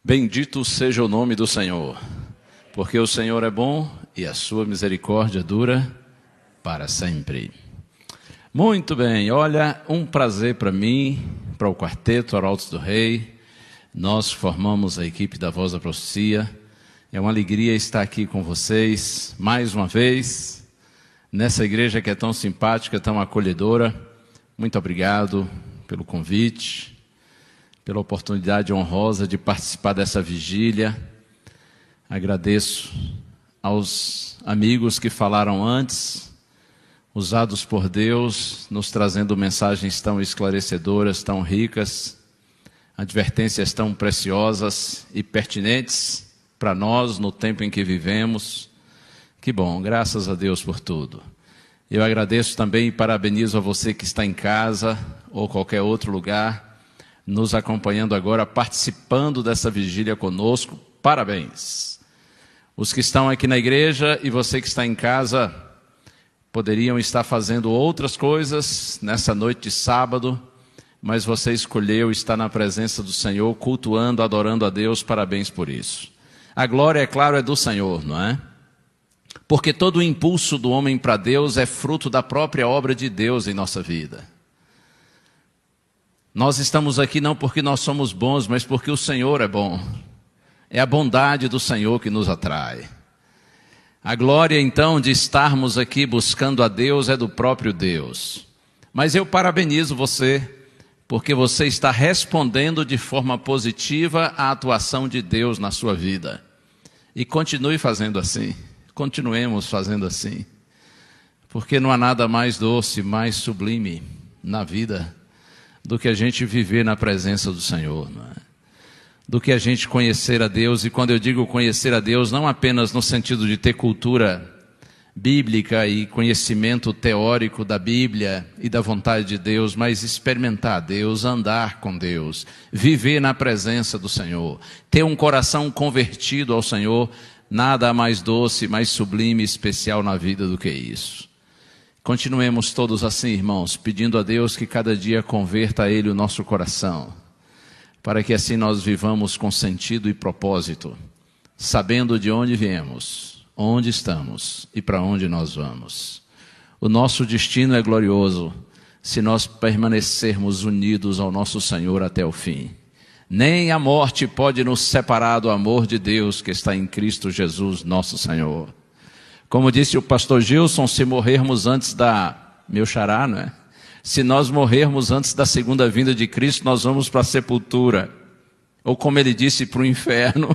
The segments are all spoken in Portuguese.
Bendito seja o nome do Senhor, porque o Senhor é bom e a sua misericórdia dura para sempre. Muito bem, olha, um prazer para mim, para o Quarteto Arautos do Rei. Nós formamos a equipe da Voz da Profecia. É uma alegria estar aqui com vocês mais uma vez, nessa igreja que é tão simpática, tão acolhedora. Muito obrigado pelo convite, pela oportunidade honrosa de participar dessa vigília. Agradeço aos amigos que falaram antes, usados por Deus, nos trazendo mensagens tão esclarecedoras, tão ricas, advertências tão preciosas e pertinentes para nós no tempo em que vivemos. Que bom, graças a Deus por tudo. Eu agradeço também e parabenizo a você que está em casa ou qualquer outro lugar, nos acompanhando agora, participando dessa vigília conosco. Parabéns! Os que estão aqui na igreja e você que está em casa poderiam estar fazendo outras coisas nessa noite de sábado, mas você escolheu estar na presença do Senhor, cultuando, adorando a Deus. Parabéns por isso. A glória, é claro, é do Senhor, não é? Porque todo o impulso do homem para Deus é fruto da própria obra de Deus em nossa vida. Nós estamos aqui não porque nós somos bons, mas porque o Senhor é bom. É a bondade do Senhor que nos atrai. A glória, então, de estarmos aqui buscando a Deus é do próprio Deus. Mas eu parabenizo você, porque você está respondendo de forma positiva à atuação de Deus na sua vida. E continue fazendo assim. Continuemos fazendo assim. Porque não há nada mais doce, mais sublime na vida do que a gente viver na presença do Senhor, não é? Do que a gente conhecer a Deus. E quando eu digo conhecer a Deus, não apenas no sentido de ter cultura bíblica e conhecimento teórico da Bíblia e da vontade de Deus, mas experimentar Deus, andar com Deus, viver na presença do Senhor, ter um coração convertido ao Senhor. Nada mais doce, mais sublime e especial na vida do que isso. Continuemos todos assim, irmãos, pedindo a Deus que cada dia converta a Ele o nosso coração, para que assim nós vivamos com sentido e propósito, sabendo de onde viemos, onde estamos e para onde nós vamos. O nosso destino é glorioso se nós permanecermos unidos ao nosso Senhor até o fim. Nem a morte pode nos separar do amor de Deus que está em Cristo Jesus, nosso Senhor. Como disse o pastor Gilson, se morrermos antes meu xará, não é? Se nós morrermos antes da segunda vinda de Cristo, nós vamos para a sepultura. Ou como ele disse, para o inferno.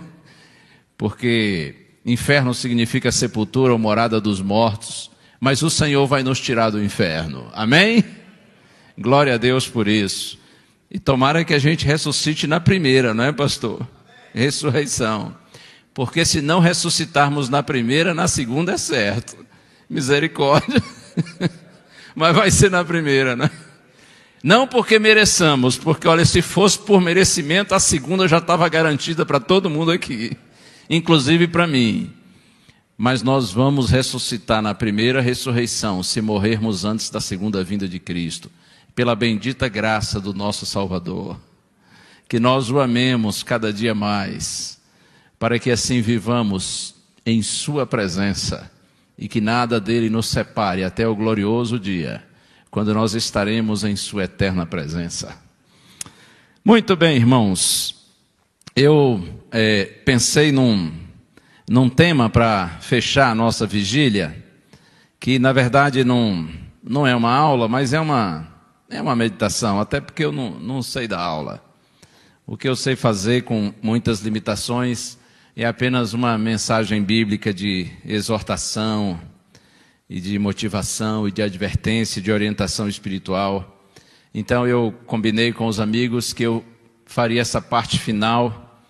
Porque inferno significa sepultura ou morada dos mortos. Mas o Senhor vai nos tirar do inferno. Amém? Glória a Deus por isso. E tomara que a gente ressuscite na primeira, não é, pastor? Ressurreição. Porque se não ressuscitarmos na primeira, na segunda é certo. Misericórdia. Mas vai ser na primeira, né? Não porque mereçamos, porque olha, se fosse por merecimento, a segunda já estava garantida para todo mundo aqui. Inclusive para mim. Mas nós vamos ressuscitar na primeira ressurreição, se morrermos antes da segunda vinda de Cristo. Pela bendita graça do nosso Salvador, que nós o amemos cada dia mais, para que assim vivamos em sua presença e que nada dele nos separe até o glorioso dia, quando nós estaremos em sua eterna presença. Muito bem, irmãos, eu pensei num tema para fechar a nossa vigília, que na verdade não é uma aula, mas é uma meditação, até porque eu não sei dar aula. O que eu sei fazer com muitas limitações é apenas uma mensagem bíblica de exortação e de motivação e de advertência, de orientação espiritual. Então eu combinei com os amigos que eu faria essa parte final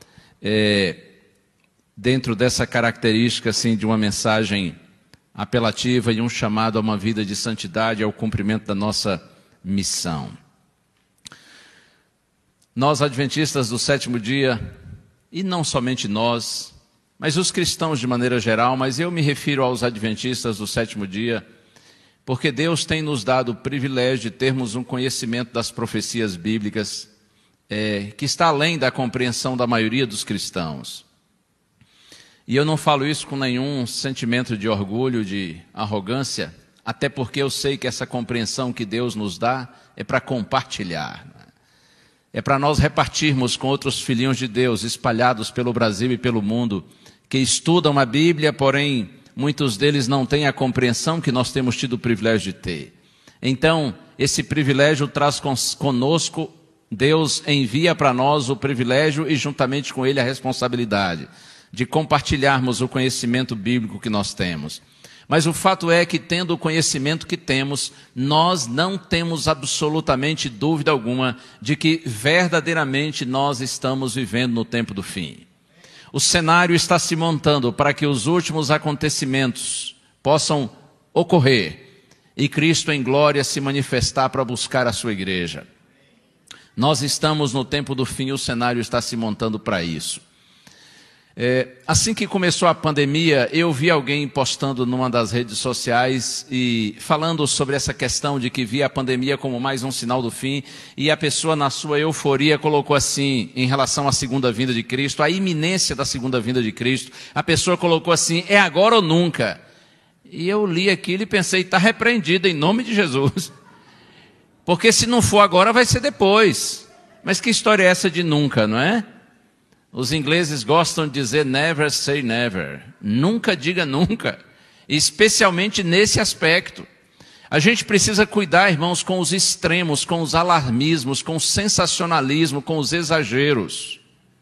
dentro dessa característica assim, de uma mensagem apelativa e um chamado a uma vida de santidade, ao cumprimento da nossa missão. Nós, adventistas do sétimo dia, e não somente nós, mas os cristãos de maneira geral, mas eu me refiro aos adventistas do sétimo dia, porque Deus tem nos dado o privilégio de termos um conhecimento das profecias bíblicas que está além da compreensão da maioria dos cristãos. E eu não falo isso com nenhum sentimento de orgulho, de arrogância, até porque eu sei que essa compreensão que Deus nos dá é para compartilhar. É para nós repartirmos com outros filhinhos de Deus espalhados pelo Brasil e pelo mundo, que estudam a Bíblia, porém muitos deles não têm a compreensão que nós temos tido o privilégio de ter. Então, esse privilégio traz conosco, Deus envia para nós o privilégio e juntamente com ele a responsabilidade de compartilharmos o conhecimento bíblico que nós temos. Mas o fato é que, tendo o conhecimento que temos, nós não temos absolutamente dúvida alguma de que verdadeiramente nós estamos vivendo no tempo do fim. O cenário está se montando para que os últimos acontecimentos possam ocorrer e Cristo em glória se manifestar para buscar a sua igreja. Nós estamos no tempo do fim e o cenário está se montando para isso. Assim que começou a pandemia, eu vi alguém postando numa das redes sociais e falando sobre essa questão de que via a pandemia como mais um sinal do fim, e a pessoa na sua euforia colocou assim, em relação à segunda vinda de Cristo, a iminência da segunda vinda de Cristo, a pessoa colocou assim, é agora ou nunca. E eu li aquilo e pensei, está repreendido em nome de Jesus, porque se não for agora vai ser depois. Mas que história é essa de nunca, não é? Os ingleses gostam de dizer never say never. Nunca diga nunca. Especialmente nesse aspecto. A gente precisa cuidar, irmãos, com os extremos, com os alarmismos, com o sensacionalismo, com os exageros.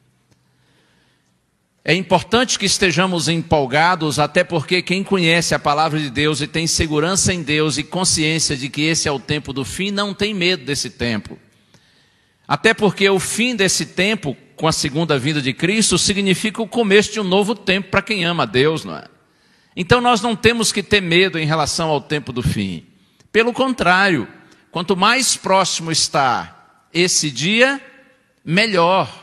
É importante que estejamos empolgados, até porque quem conhece a palavra de Deus e tem segurança em Deus e consciência de que esse é o tempo do fim, não tem medo desse tempo. Até porque o fim desse tempo, com a segunda vinda de Cristo, significa o começo de um novo tempo para quem ama a Deus, não é? Então nós não temos que ter medo em relação ao tempo do fim. Pelo contrário, quanto mais próximo está esse dia, melhor.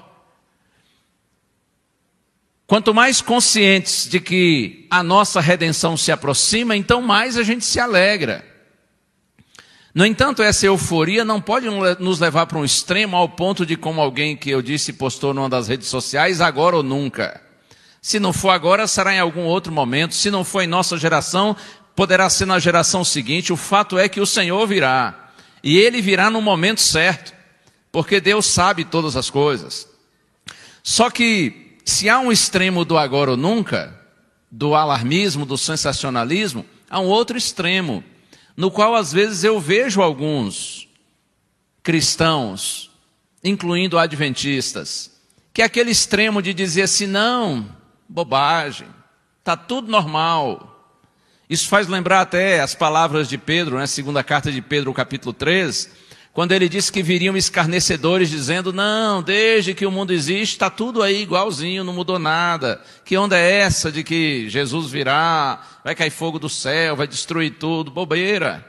Quanto mais conscientes de que a nossa redenção se aproxima, então mais a gente se alegra. No entanto, essa euforia não pode nos levar para um extremo ao ponto de, como alguém que eu disse postou numa das redes sociais, agora ou nunca. Se não for agora, será em algum outro momento. Se não for em nossa geração, poderá ser na geração seguinte. O fato é que o Senhor virá. E Ele virá no momento certo, porque Deus sabe todas as coisas. Só que, se há um extremo do agora ou nunca, do alarmismo, do sensacionalismo, há um outro extremo, no qual às vezes eu vejo alguns cristãos, incluindo adventistas, que é aquele extremo de dizer assim, não, bobagem, está tudo normal. Isso faz lembrar até as palavras de Pedro, segunda carta de Pedro, capítulo 3, quando ele disse que viriam escarnecedores dizendo, não, desde que o mundo existe, está tudo aí igualzinho, não mudou nada. Que onda é essa de que Jesus virá, vai cair fogo do céu, vai destruir tudo? Bobeira.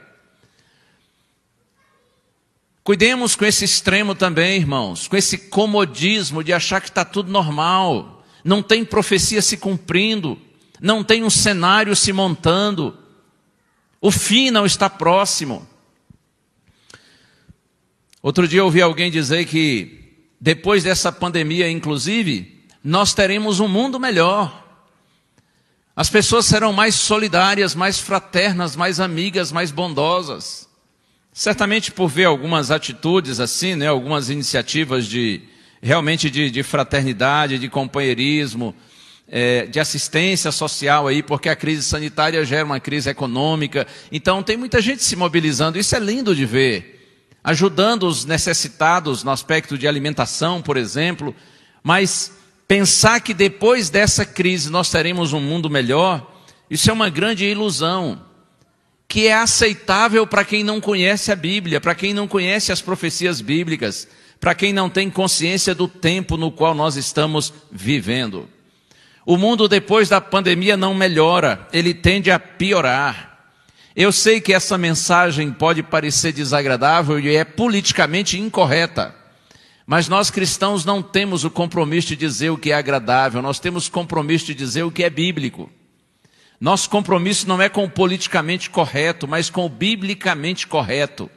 Cuidemos com esse extremo também, irmãos, com esse comodismo de achar que está tudo normal. Não tem profecia se cumprindo, não tem um cenário se montando. O fim não está próximo. Outro dia eu ouvi alguém dizer que depois dessa pandemia, inclusive, nós teremos um mundo melhor. As pessoas serão mais solidárias, mais fraternas, mais amigas, mais bondosas. Certamente por ver algumas atitudes assim, algumas iniciativas realmente de fraternidade, de companheirismo, de assistência social aí, porque a crise sanitária gera uma crise econômica. Então tem muita gente se mobilizando, isso é lindo de ver. Ajudando os necessitados no aspecto de alimentação, por exemplo, mas pensar que depois dessa crise nós teremos um mundo melhor, isso é uma grande ilusão, que é aceitável para quem não conhece a Bíblia, para quem não conhece as profecias bíblicas, para quem não tem consciência do tempo no qual nós estamos vivendo. O mundo depois da pandemia não melhora, ele tende a piorar. Eu sei que essa mensagem pode parecer desagradável e é politicamente incorreta, mas nós cristãos não temos o compromisso de dizer o que é agradável, nós temos o compromisso de dizer o que é bíblico. Nosso compromisso não é com o politicamente correto, mas com o biblicamente correto.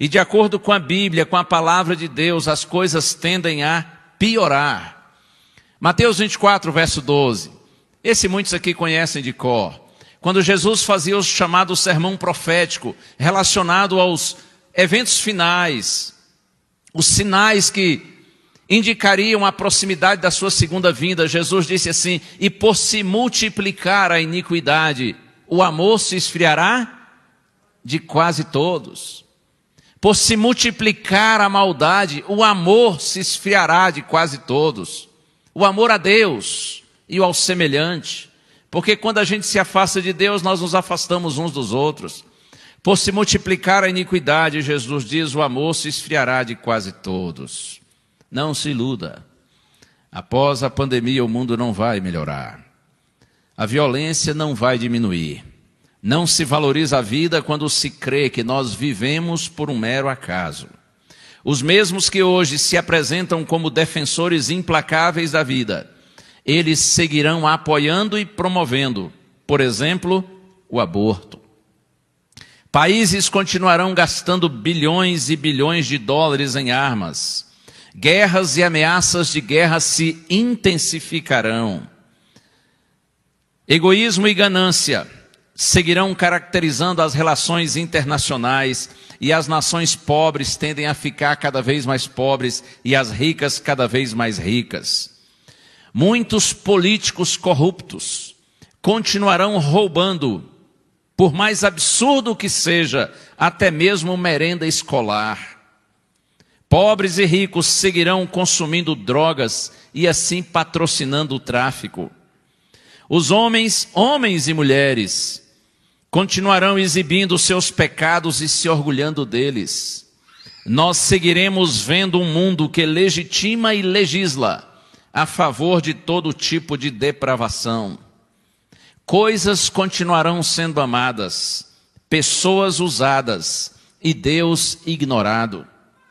E de acordo com a Bíblia, com a palavra de Deus, as coisas tendem a piorar. Mateus 24, verso 12. Esse muitos aqui conhecem de cor. Quando Jesus fazia o chamado sermão profético, relacionado aos eventos finais, os sinais que indicariam a proximidade da sua segunda vinda, Jesus disse assim: e por se multiplicar a iniquidade, o amor se esfriará de quase todos. Por se multiplicar a maldade, o amor se esfriará de quase todos. O amor a Deus e ao semelhante. Porque quando a gente se afasta de Deus, nós nos afastamos uns dos outros. Por se multiplicar a iniquidade, Jesus diz, o amor se esfriará de quase todos. Não se iluda. Após a pandemia, o mundo não vai melhorar. A violência não vai diminuir. Não se valoriza a vida quando se crê que nós vivemos por um mero acaso. Os mesmos que hoje se apresentam como defensores implacáveis da vida, eles seguirão apoiando e promovendo, por exemplo, o aborto. Países continuarão gastando bilhões e bilhões de dólares em armas. Guerras e ameaças de guerra se intensificarão. Egoísmo e ganância seguirão caracterizando as relações internacionais e as nações pobres tendem a ficar cada vez mais pobres e as ricas cada vez mais ricas. Muitos políticos corruptos continuarão roubando, por mais absurdo que seja, até mesmo merenda escolar. Pobres e ricos seguirão consumindo drogas e assim patrocinando o tráfico. Os homens e mulheres, continuarão exibindo seus pecados e se orgulhando deles. Nós seguiremos vendo um mundo que legitima e legisla a favor de todo tipo de depravação. Coisas continuarão sendo amadas, pessoas usadas e Deus ignorado.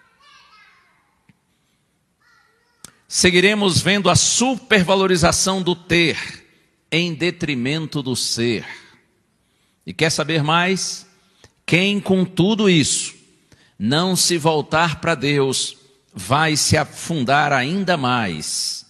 Seguiremos vendo a supervalorização do ter em detrimento do ser. E quer saber mais? Quem com tudo isso não se voltar para Deus vai se afundar ainda mais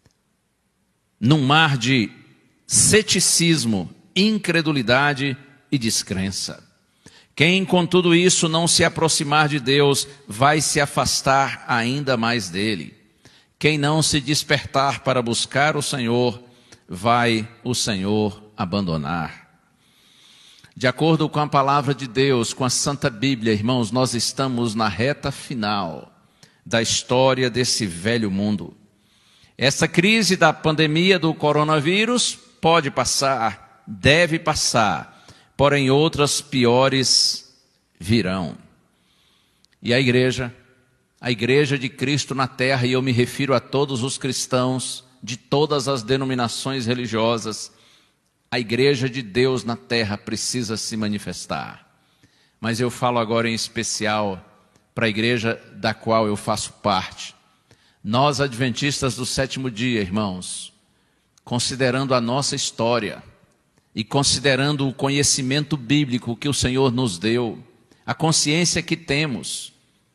num mar de ceticismo, incredulidade e descrença. Quem com tudo isso não se aproximar de Deus vai se afastar ainda mais dele. Quem não se despertar para buscar o Senhor, vai o Senhor abandonar. De acordo com a palavra de Deus, com a Santa Bíblia, irmãos, nós estamos na reta final da história desse velho mundo. Essa crise da pandemia do coronavírus pode passar, deve passar, porém outras piores virão. E a igreja de Cristo na terra, e eu me refiro a todos os cristãos de todas as denominações religiosas, a igreja de Deus na terra precisa se manifestar. Mas eu falo agora em especial para a igreja da qual eu faço parte. Nós, adventistas do sétimo dia, irmãos, considerando a nossa história e considerando o conhecimento bíblico que o Senhor nos deu, a consciência que temos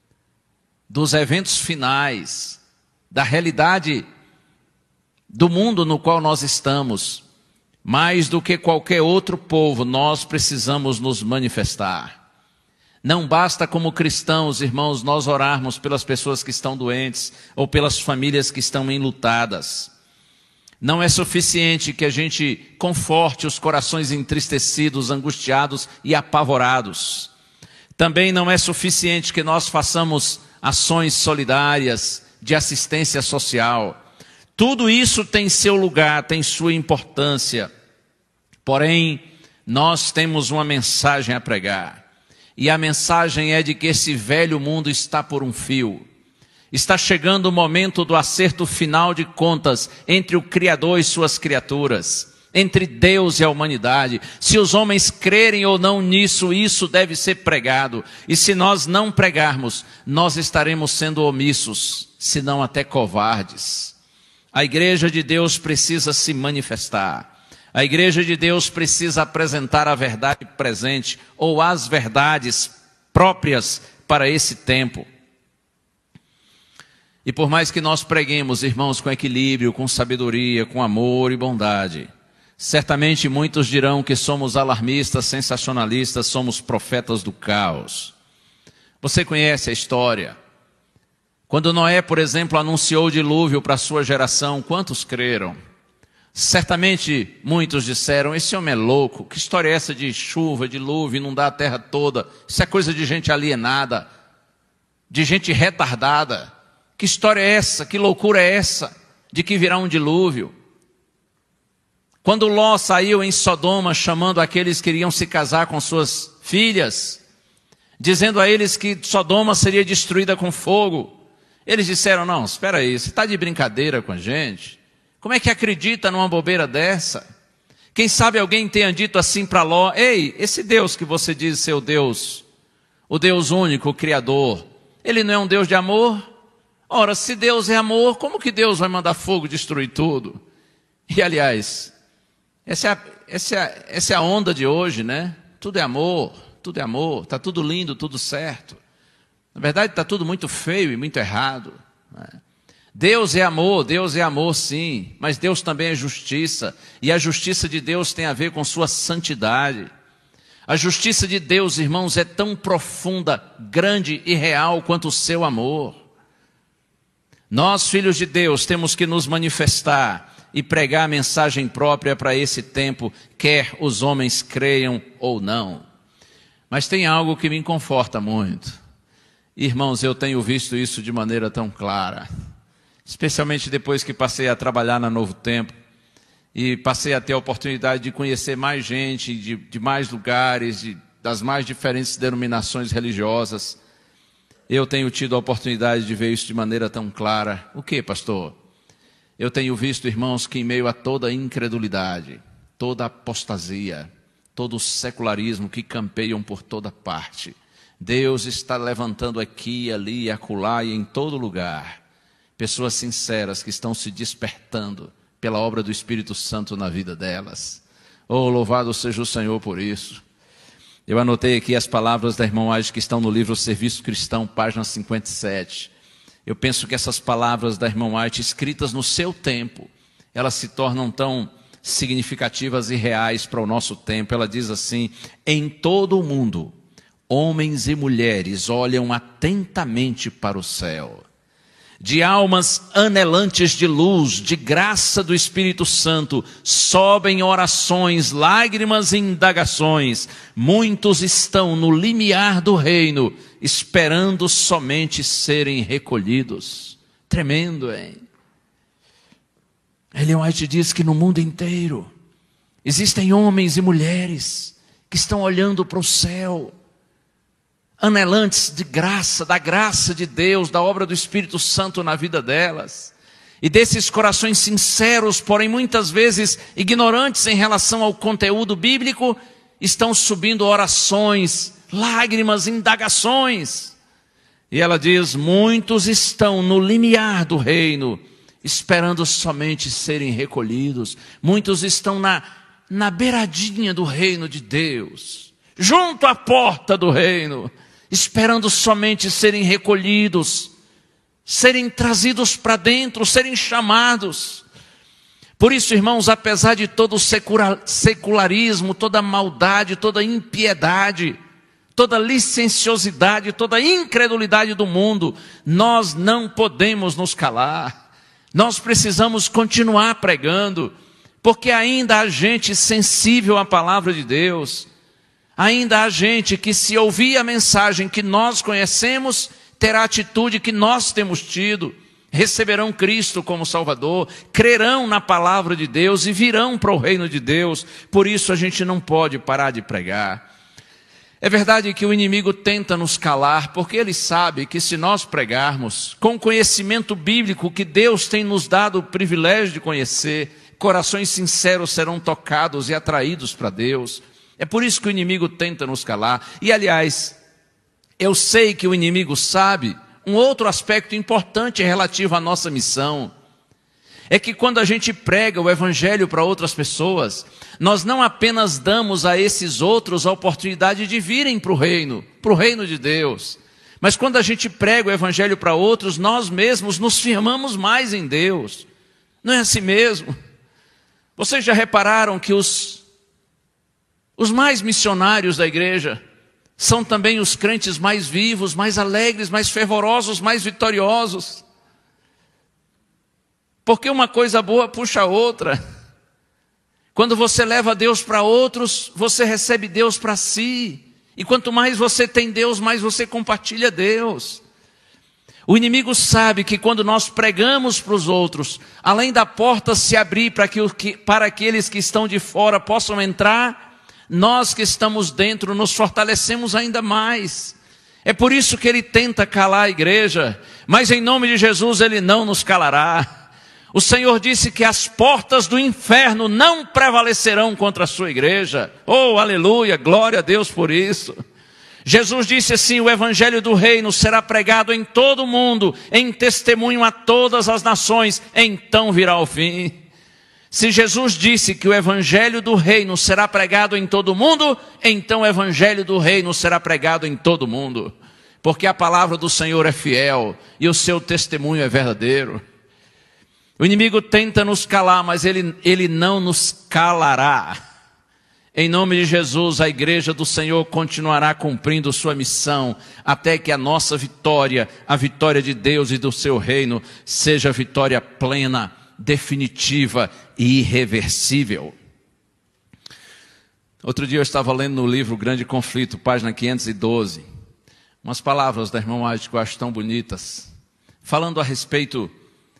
dos eventos finais, da realidade do mundo no qual nós estamos, mais do que qualquer outro povo, nós precisamos nos manifestar. Não basta como cristãos, irmãos, nós orarmos pelas pessoas que estão doentes ou pelas famílias que estão enlutadas. Não é suficiente que a gente conforte os corações entristecidos, angustiados e apavorados. Também não é suficiente que nós façamos ações solidárias de assistência social. Tudo isso tem seu lugar, tem sua importância. Porém, nós temos uma mensagem a pregar. E a mensagem é de que esse velho mundo está por um fio. Está chegando o momento do acerto final de contas entre o Criador e suas criaturas, entre Deus e a humanidade. Se os homens crerem ou não nisso, isso deve ser pregado. E se nós não pregarmos, nós estaremos sendo omissos, se não até covardes. A igreja de Deus precisa se manifestar. A igreja de Deus precisa apresentar a verdade presente ou as verdades próprias para esse tempo. E por mais que nós preguemos, irmãos, com equilíbrio, com sabedoria, com amor e bondade, certamente muitos dirão que somos alarmistas, sensacionalistas, somos profetas do caos. Você conhece a história. Quando Noé, por exemplo, anunciou o dilúvio para a sua geração, quantos creram? Certamente muitos disseram, esse homem é louco, que história é essa de chuva, dilúvio, inundar a terra toda? Isso é coisa de gente alienada, de gente retardada. Que história é essa? Que loucura é essa de que virá um dilúvio? Quando Ló saiu em Sodoma chamando aqueles que iriam se casar com suas filhas, dizendo a eles que Sodoma seria destruída com fogo, eles disseram, não, espera aí, você está de brincadeira com a gente? Como é que acredita numa bobeira dessa? Quem sabe alguém tenha dito assim para Ló, ei, esse Deus que você diz ser o Deus único, o Criador, ele não é um Deus de amor? Ora, se Deus é amor, como que Deus vai mandar fogo destruir tudo? E aliás, essa é a onda de hoje, né? Tudo é amor, está tudo lindo, tudo certo. Na verdade está tudo muito feio e muito errado, né? Deus é amor sim, mas Deus também é justiça, e a justiça de Deus tem a ver com sua santidade. A justiça de Deus, irmãos, é tão profunda, grande e real quanto o seu amor. Nós, filhos de Deus, temos que nos manifestar e pregar a mensagem própria para esse tempo, quer os homens creiam ou não. Mas tem algo que me conforta muito. Irmãos, eu tenho visto isso de maneira tão clara, especialmente depois que passei a trabalhar na Novo Tempo e passei a ter a oportunidade de conhecer mais gente, de mais lugares, das mais diferentes denominações religiosas. Eu tenho tido a oportunidade de ver isso de maneira tão clara. O que, pastor? Eu tenho visto, irmãos, que em meio a toda a incredulidade, toda a apostasia, todo o secularismo que campeiam por toda parte, Deus está levantando aqui, ali, acolá e em todo lugar pessoas sinceras que estão se despertando pela obra do Espírito Santo na vida delas. Oh, louvado seja o Senhor por isso. Eu anotei aqui as palavras da irmã White que estão no livro Serviço Cristão, página 57. Eu penso que essas palavras da irmã White, escritas no seu tempo, elas se tornam tão significativas e reais para o nosso tempo. Ela diz assim, em todo o mundo, homens e mulheres olham atentamente para o céu. De almas anelantes de luz, de graça do Espírito Santo, sobem orações, lágrimas e indagações. Muitos estão no limiar do reino, esperando somente serem recolhidos. Tremendo, hein? Ellen White diz que no mundo inteiro existem homens e mulheres que estão olhando para o céu, anelantes de graça, da graça de Deus, da obra do Espírito Santo na vida delas. E desses corações sinceros, porém muitas vezes ignorantes em relação ao conteúdo bíblico, estão subindo orações, lágrimas, indagações. E ela diz, muitos estão no limiar do reino, esperando somente serem recolhidos. Muitos estão na beiradinha do reino de Deus, junto à porta do reino, esperando somente serem recolhidos, serem trazidos para dentro, serem chamados. Por isso, irmãos, apesar de todo o secularismo, toda a maldade, toda a impiedade, toda a licenciosidade, toda a incredulidade do mundo, nós não podemos nos calar. Nós precisamos continuar pregando, porque ainda há gente sensível à palavra de Deus. Ainda há gente que, se ouvir a mensagem que nós conhecemos, terá a atitude que nós temos tido, receberão Cristo como Salvador, crerão na palavra de Deus e virão para o reino de Deus. Por isso a gente não pode parar de pregar. É verdade que o inimigo tenta nos calar, porque ele sabe que se nós pregarmos com o conhecimento bíblico que Deus tem nos dado o privilégio de conhecer, corações sinceros serão tocados e atraídos para Deus. É por isso que o inimigo tenta nos calar. E aliás, eu sei que o inimigo sabe um outro aspecto importante relativo à nossa missão. É que quando a gente prega o evangelho para outras pessoas, nós não apenas damos a esses outros a oportunidade de virem para o reino de Deus, Mas quando a gente prega o evangelho para outros, nós mesmos nos firmamos mais em Deus. Não é assim mesmo? Vocês já repararam que os mais missionários da igreja são também os crentes mais vivos, mais alegres, mais fervorosos, mais vitoriosos? Porque uma coisa boa puxa a outra. Quando você leva Deus para outros, você recebe Deus para si. E quanto mais você tem Deus, mais você compartilha Deus. O inimigo sabe que quando nós pregamos para os outros, além da porta se abrir para aqueles que estão de fora possam entrar, nós que estamos dentro nos fortalecemos ainda mais. É por isso que ele tenta calar a igreja, mas em nome de Jesus ele não nos calará. O Senhor disse que as portas do inferno não prevalecerão contra a sua igreja. Oh, aleluia, glória a Deus por isso. Jesus disse assim: o evangelho do reino será pregado em todo o mundo, em testemunho a todas as nações, então virá o fim. Se Jesus disse que o evangelho do reino será pregado em todo o mundo, então o evangelho do reino será pregado em todo o mundo. Porque a palavra do Senhor é fiel e o seu testemunho é verdadeiro. O inimigo tenta nos calar, mas ele não nos calará. Em nome de Jesus, a igreja do Senhor continuará cumprindo sua missão, até que a nossa vitória, a vitória de Deus e do seu reino, seja vitória plena, definitiva e irreversível. Outro dia eu estava lendo no livro Grande Conflito, página 512, umas palavras da irmã White que eu acho tão bonitas, falando a respeito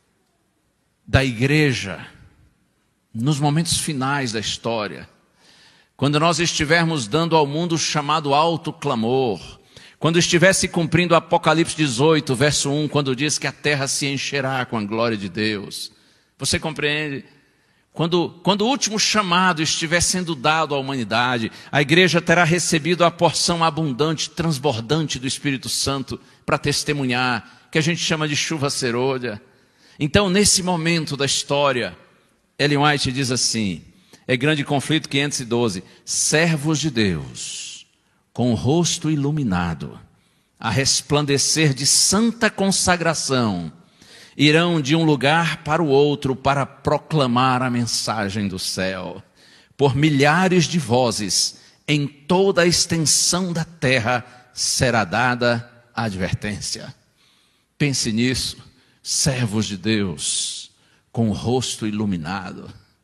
da igreja, nos momentos finais da história, quando nós estivermos dando ao mundo o chamado alto clamor, quando estivesse cumprindo o Apocalipse 18, verso 1, quando diz que a terra se encherá com a glória de Deus. Você compreende? Quando o último chamado estiver sendo dado à humanidade, a igreja terá recebido a porção abundante, transbordante do Espírito Santo para testemunhar, que a gente chama de chuva serôdia. Então, nesse momento da história, Ellen White diz assim, é Grande Conflito 512, servos de Deus, com o rosto iluminado, a resplandecer de santa consagração, irão de um lugar para o outro para proclamar a mensagem do céu. Por milhares de vozes, em toda a extensão da terra, será dada a advertência. Pense nisso. Servos de Deus, com o rosto iluminado.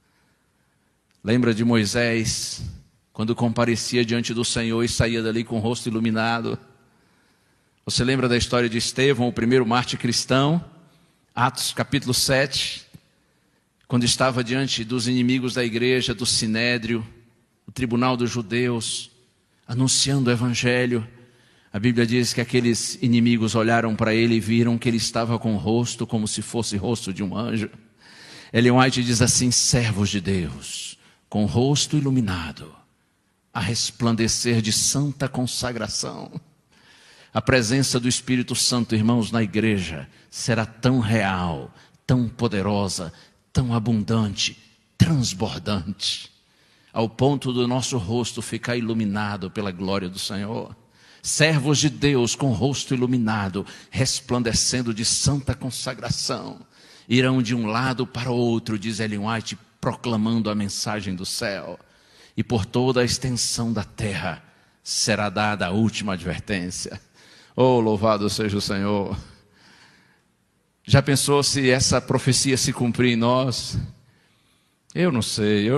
Lembra de Moisés, quando comparecia diante do Senhor e saía dali com o rosto iluminado? Você lembra da história de Estevão, o primeiro mártir cristão? Atos capítulo 7, quando estava diante dos inimigos da igreja, do Sinédrio, o tribunal dos judeus, anunciando o evangelho. A Bíblia diz que aqueles inimigos olharam para ele e viram que ele estava com o rosto como se fosse rosto de um anjo. Ellen White diz assim, servos de Deus, com o rosto iluminado, a resplandecer de santa consagração. A presença do Espírito Santo, irmãos, na igreja, será tão real, tão poderosa, tão abundante, transbordante, ao ponto do nosso rosto ficar iluminado pela glória do Senhor. Servos de Deus com o rosto iluminado, resplandecendo de santa consagração, irão de um lado para o outro, diz Ellen White, proclamando a mensagem do céu. E por toda a extensão da terra será dada a última advertência. Oh, louvado seja o Senhor! Já pensou se essa profecia se cumprir em nós? Eu não sei,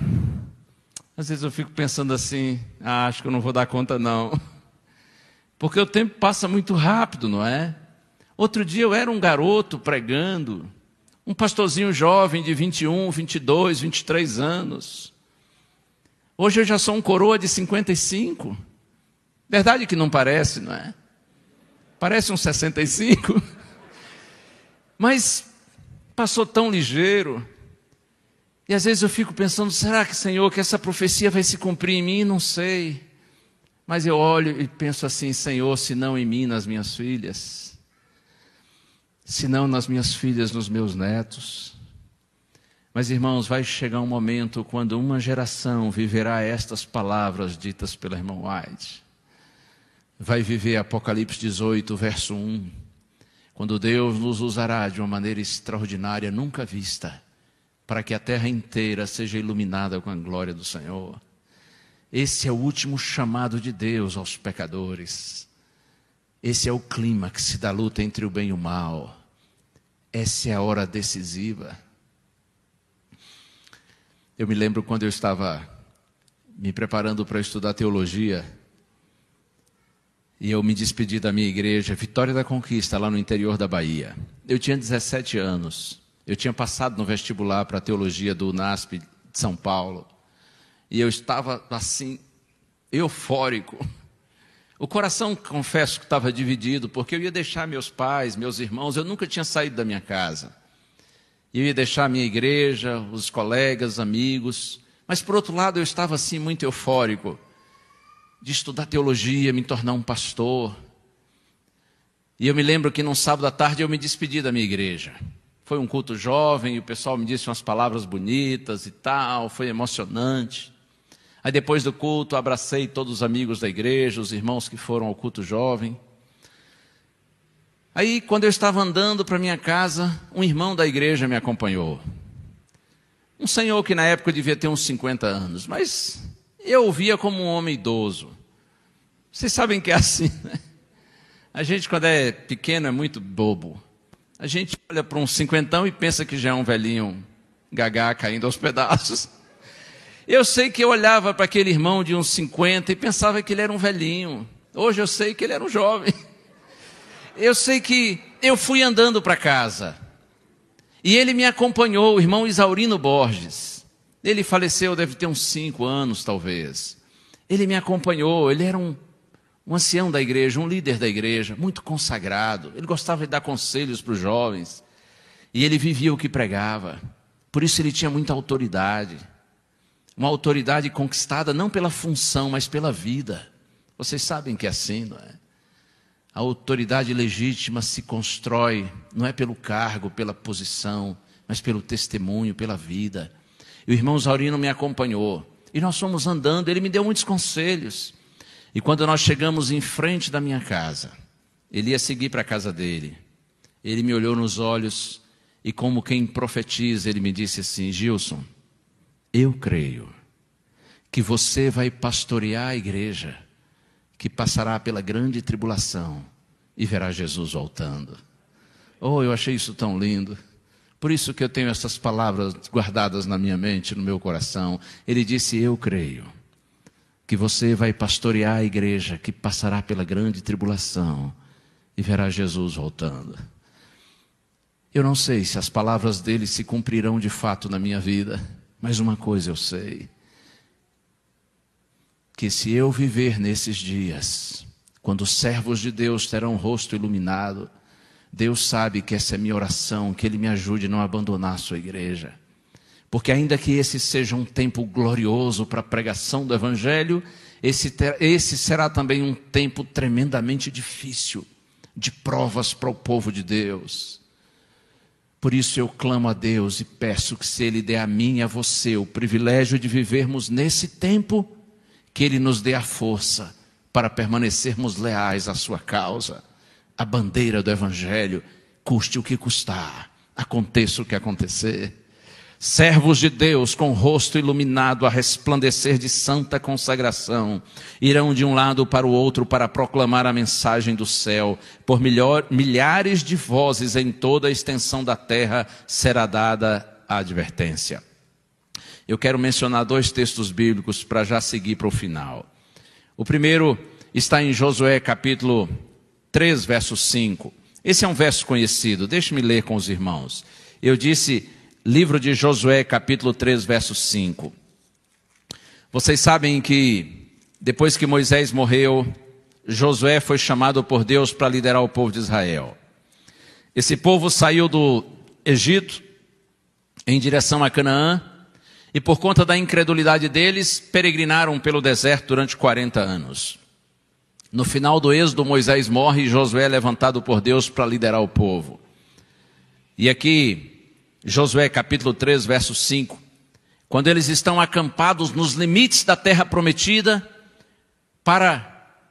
às vezes eu fico pensando assim, acho que eu não vou dar conta não. Porque o tempo passa muito rápido, não é? Outro dia eu era um garoto pregando, um pastorzinho jovem de 21, 22, 23 anos. Hoje eu já sou um coroa de 55. Verdade que não parece, não é? Parece uns 65. Mas passou tão ligeiro. E às vezes eu fico pensando, será que, Senhor, que essa profecia vai se cumprir em mim? Não sei. Mas eu olho e penso assim, Senhor, se não em mim, nas minhas filhas, se não nas minhas filhas, nos meus netos. Mas, irmãos, vai chegar um momento quando uma geração viverá estas palavras ditas pela irmã White. vai viver Apocalipse 18, verso 1, quando Deus nos usará de uma maneira extraordinária, nunca vista, para que a terra inteira seja iluminada com a glória do Senhor. Esse é o último chamado de Deus aos pecadores. Esse é o clímax da luta entre o bem e o mal. Essa é a hora decisiva. Eu me lembro quando eu estava me preparando para estudar teologia, e eu me despedi da minha igreja, Vitória da Conquista, lá no interior da Bahia. Eu tinha 17 anos. Eu tinha passado no vestibular para a teologia do UNASP de São Paulo. E eu estava assim, eufórico. O coração, confesso que estava dividido, porque eu ia deixar meus pais, meus irmãos, eu nunca tinha saído da minha casa. Eu ia deixar a minha igreja, os colegas, amigos. Mas, por outro lado, eu estava assim muito eufórico de estudar teologia, me tornar um pastor. E eu me lembro que num sábado à tarde eu me despedi da minha igreja. Foi um culto jovem e o pessoal me disse umas palavras bonitas e tal, foi emocionante. Aí depois do culto abracei todos os amigos da igreja, os irmãos que foram ao culto jovem. Aí quando eu estava andando para minha casa, um irmão da igreja me acompanhou. Um senhor que na época devia ter uns 50 anos, mas eu o via como um homem idoso. Vocês sabem que é assim, né? A gente quando é pequeno é muito bobo. A gente olha para um cinquentão e pensa que já é um velhinho gagá caindo aos pedaços. Eu sei que eu olhava para aquele irmão de uns 50 e pensava que ele era um velhinho. Hoje eu sei que ele era um jovem. Eu sei que eu fui andando para casa. E ele me acompanhou, o irmão Isaurino Borges. Ele faleceu, deve ter uns 5 anos talvez. Ele me acompanhou, ele era um ancião da igreja, um líder da igreja, muito consagrado. Ele gostava de dar conselhos para os jovens. E ele vivia o que pregava. Por isso ele tinha muita autoridade. Uma autoridade conquistada não pela função, mas pela vida. Vocês sabem que é assim, não é? A autoridade legítima se constrói, não é pelo cargo, pela posição, mas pelo testemunho, pela vida. E o irmão Zaurino me acompanhou. E nós fomos andando, ele me deu muitos conselhos. E quando nós chegamos em frente da minha casa, ele ia seguir para a casa dele. Ele me olhou nos olhos e como quem profetiza, ele me disse assim: Gilson, eu creio que você vai pastorear a igreja que passará pela grande tribulação e verá Jesus voltando. Oh, eu achei isso tão lindo. Por isso que eu tenho essas palavras guardadas na minha mente, no meu coração. Ele disse: eu creio que você vai pastorear a igreja que passará pela grande tribulação e verá Jesus voltando. Eu não sei se as palavras dele se cumprirão de fato na minha vida, mas uma coisa eu sei, que se eu viver nesses dias, quando os servos de Deus terão o rosto iluminado, Deus sabe que essa é minha oração, que Ele me ajude a não abandonar a sua igreja. Porque ainda que esse seja um tempo glorioso para a pregação do Evangelho, esse será também um tempo tremendamente difícil, de provas para o povo de Deus. Por isso eu clamo a Deus e peço que se Ele der a mim e a você o privilégio de vivermos nesse tempo, que Ele nos dê a força para permanecermos leais à sua causa. A bandeira do Evangelho, custe o que custar, aconteça o que acontecer. Servos de Deus com o rosto iluminado a resplandecer de santa consagração, irão de um lado para o outro para proclamar a mensagem do céu. Por milhares de vozes em toda a extensão da terra será dada a advertência. Eu quero mencionar 2 textos bíblicos para já seguir para o final. O primeiro está em Josué capítulo 3, verso 5. Esse é um verso conhecido, deixe-me ler com os irmãos. Eu disse, livro de Josué capítulo 3, verso 5. Vocês sabem que depois que Moisés morreu, Josué foi chamado por Deus para liderar o povo de Israel. Esse povo saiu do Egito em direção a Canaã, e por conta da incredulidade deles, peregrinaram pelo deserto durante 40 anos. No final do êxodo, Moisés morre e Josué é levantado por Deus para liderar o povo. E aqui, Josué capítulo 3, verso 5. Quando eles estão acampados nos limites da terra prometida, para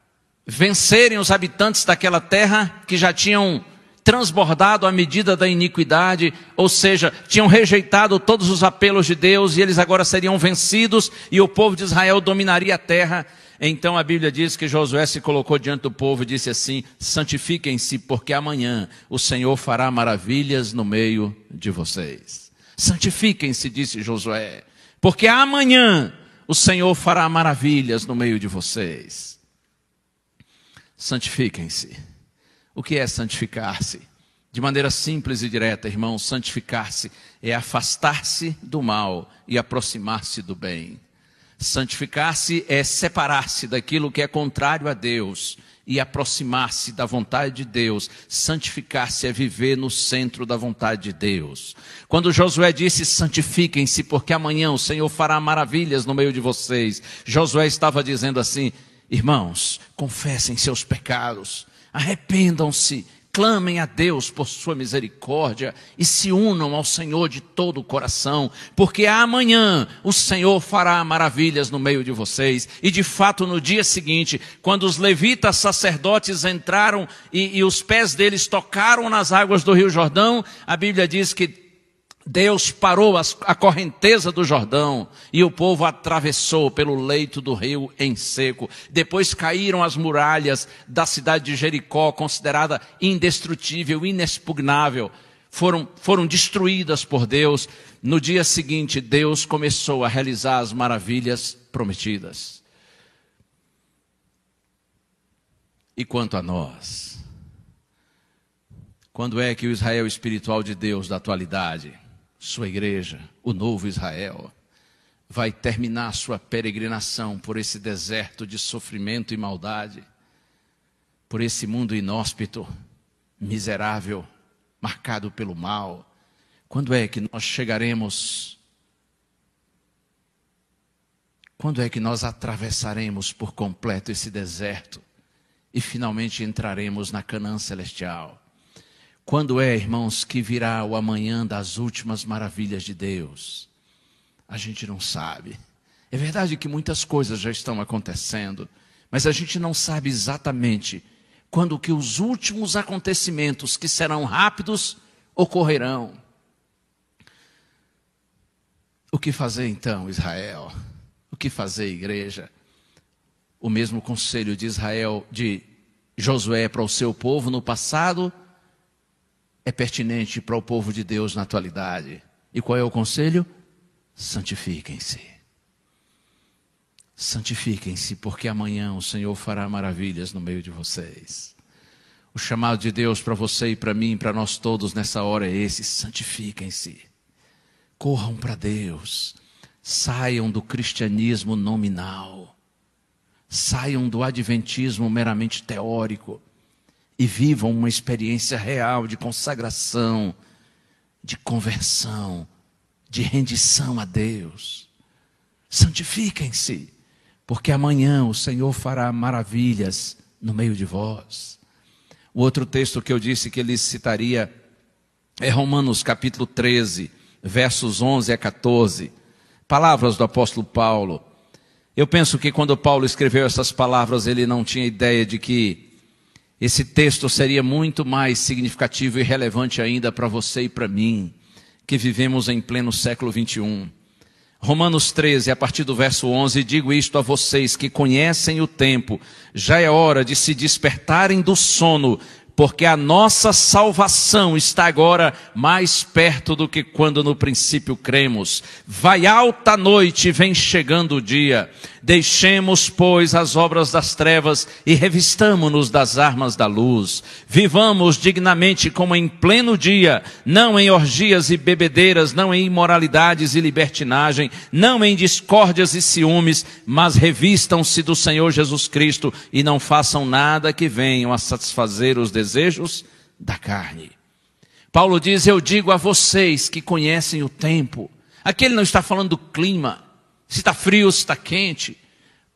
vencerem os habitantes daquela terra que já tinham transbordado à medida da iniquidade, ou seja, tinham rejeitado todos os apelos de Deus e eles agora seriam vencidos e o povo de Israel dominaria a terra. Então a Bíblia diz que Josué se colocou diante do povo e disse assim: santifiquem-se, porque amanhã o Senhor fará maravilhas no meio de vocês. Santifiquem-se, disse Josué, porque amanhã o Senhor fará maravilhas no meio de vocês. Santifiquem-se. O que é santificar-se? De maneira simples e direta, irmãos, santificar-se é afastar-se do mal e aproximar-se do bem. Santificar-se é separar-se daquilo que é contrário a Deus e aproximar-se da vontade de Deus. Santificar-se é viver no centro da vontade de Deus. Quando Josué disse: santifiquem-se, porque amanhã o Senhor fará maravilhas no meio de vocês, Josué estava dizendo assim: irmãos, confessem seus pecados, arrependam-se, clamem a Deus por sua misericórdia e se unam ao Senhor de todo o coração, porque amanhã o Senhor fará maravilhas no meio de vocês. E de fato, no dia seguinte, quando os levitas sacerdotes entraram e os pés deles tocaram nas águas do Rio Jordão, a Bíblia diz que Deus parou a correnteza do Jordão e o povo atravessou pelo leito do rio em seco. Depois caíram as muralhas da cidade de Jericó, considerada indestrutível, inexpugnável. Foram destruídas por Deus. No dia seguinte, Deus começou a realizar as maravilhas prometidas. E quanto a nós? Quando é que o Israel espiritual de Deus da atualidade, sua igreja, o novo Israel, vai terminar sua peregrinação por esse deserto de sofrimento e maldade, por esse mundo inóspito, miserável, marcado pelo mal? Quando é que nós chegaremos? Quando é que nós atravessaremos por completo esse deserto e finalmente entraremos na Canaã celestial? Quando é, irmãos, que virá o amanhã das últimas maravilhas de Deus? A gente não sabe. É verdade que muitas coisas já estão acontecendo, mas a gente não sabe exatamente quando que os últimos acontecimentos, que serão rápidos, ocorrerão. O que fazer então, Israel? O que fazer, igreja? O mesmo conselho de Israel, de Josué para o seu povo no passado, é pertinente para o povo de Deus na atualidade. E qual é o conselho? Santifiquem-se. Santifiquem-se, porque amanhã o Senhor fará maravilhas no meio de vocês. O chamado de Deus para você e para mim, para nós todos nessa hora é esse: santifiquem-se. Corram para Deus. Saiam do cristianismo nominal. Saiam do adventismo meramente teórico. E vivam uma experiência real de consagração, de conversão, de rendição a Deus. Santifiquem-se, porque amanhã o Senhor fará maravilhas no meio de vós. O outro texto que eu disse que ele citaria é Romanos capítulo 13, versos 11 a 14. Palavras do apóstolo Paulo. Eu penso que quando Paulo escreveu essas palavras, ele não tinha ideia de que esse texto seria muito mais significativo e relevante ainda para você e para mim, que vivemos em pleno século 21. Romanos 13, a partir do verso 11, digo isto a vocês que conhecem o tempo: já é hora de se despertarem do sono, porque a nossa salvação está agora mais perto do que quando no princípio cremos. Vai alta a noite e vem chegando o dia. Deixemos, pois, as obras das trevas e revistamo-nos das armas da luz. Vivamos dignamente como em pleno dia, não em orgias e bebedeiras, não em imoralidades e libertinagem, não em discórdias e ciúmes, mas revistam-se do Senhor Jesus Cristo e não façam nada que venham a satisfazer os desejos da carne. Paulo diz: eu digo a vocês que conhecem o tempo. Aqui ele não está falando do clima, se está frio, se está quente.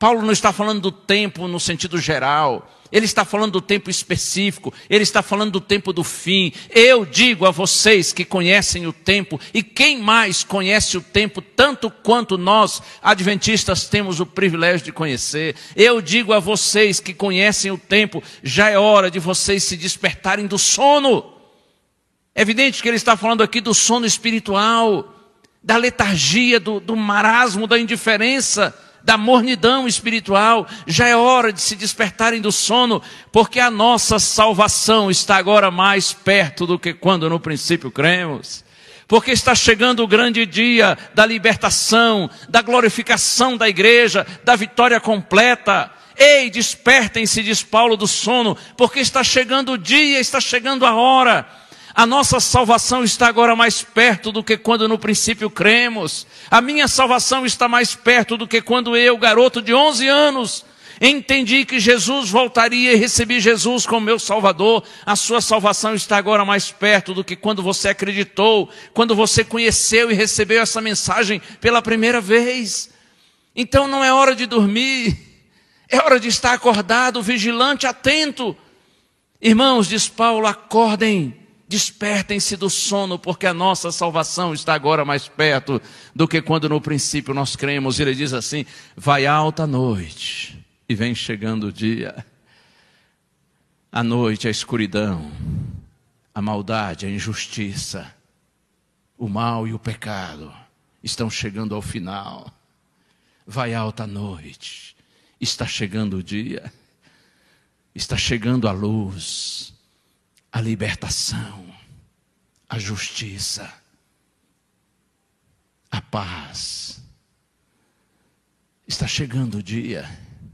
Paulo não está falando do tempo no sentido geral. Ele está falando do tempo específico. Ele está falando do tempo do fim. Eu digo a vocês que conhecem o tempo, e quem mais conhece o tempo tanto quanto nós, adventistas, temos o privilégio de conhecer. Eu digo a vocês que conhecem o tempo, já é hora de vocês se despertarem do sono. É evidente que ele está falando aqui do sono espiritual, da letargia, do marasmo, da indiferença, da mornidão espiritual. Já é hora de se despertarem do sono, porque a nossa salvação está agora mais perto do que quando no princípio cremos. Porque está chegando o grande dia da libertação, da glorificação da igreja, da vitória completa. Ei, despertem-se, diz Paulo, do sono, porque está chegando o dia, está chegando a hora. A nossa salvação está agora mais perto do que quando no princípio cremos. A minha salvação está mais perto do que quando eu, garoto de 11 anos, entendi que Jesus voltaria e recebi Jesus como meu Salvador. A sua salvação está agora mais perto do que quando você acreditou, quando você conheceu e recebeu essa mensagem pela primeira vez. Então não é hora de dormir, é hora de estar acordado, vigilante, atento. Irmãos, diz Paulo, acordem. Despertem-se do sono, porque a nossa salvação está agora mais perto do que quando no princípio nós cremos. Ele diz assim: vai alta a noite e vem chegando o dia. A noite, a escuridão, a maldade, a injustiça, o mal e o pecado estão chegando ao final. Vai alta a noite, está chegando o dia, está chegando a luz, a libertação, a justiça, a paz. Está chegando o dia.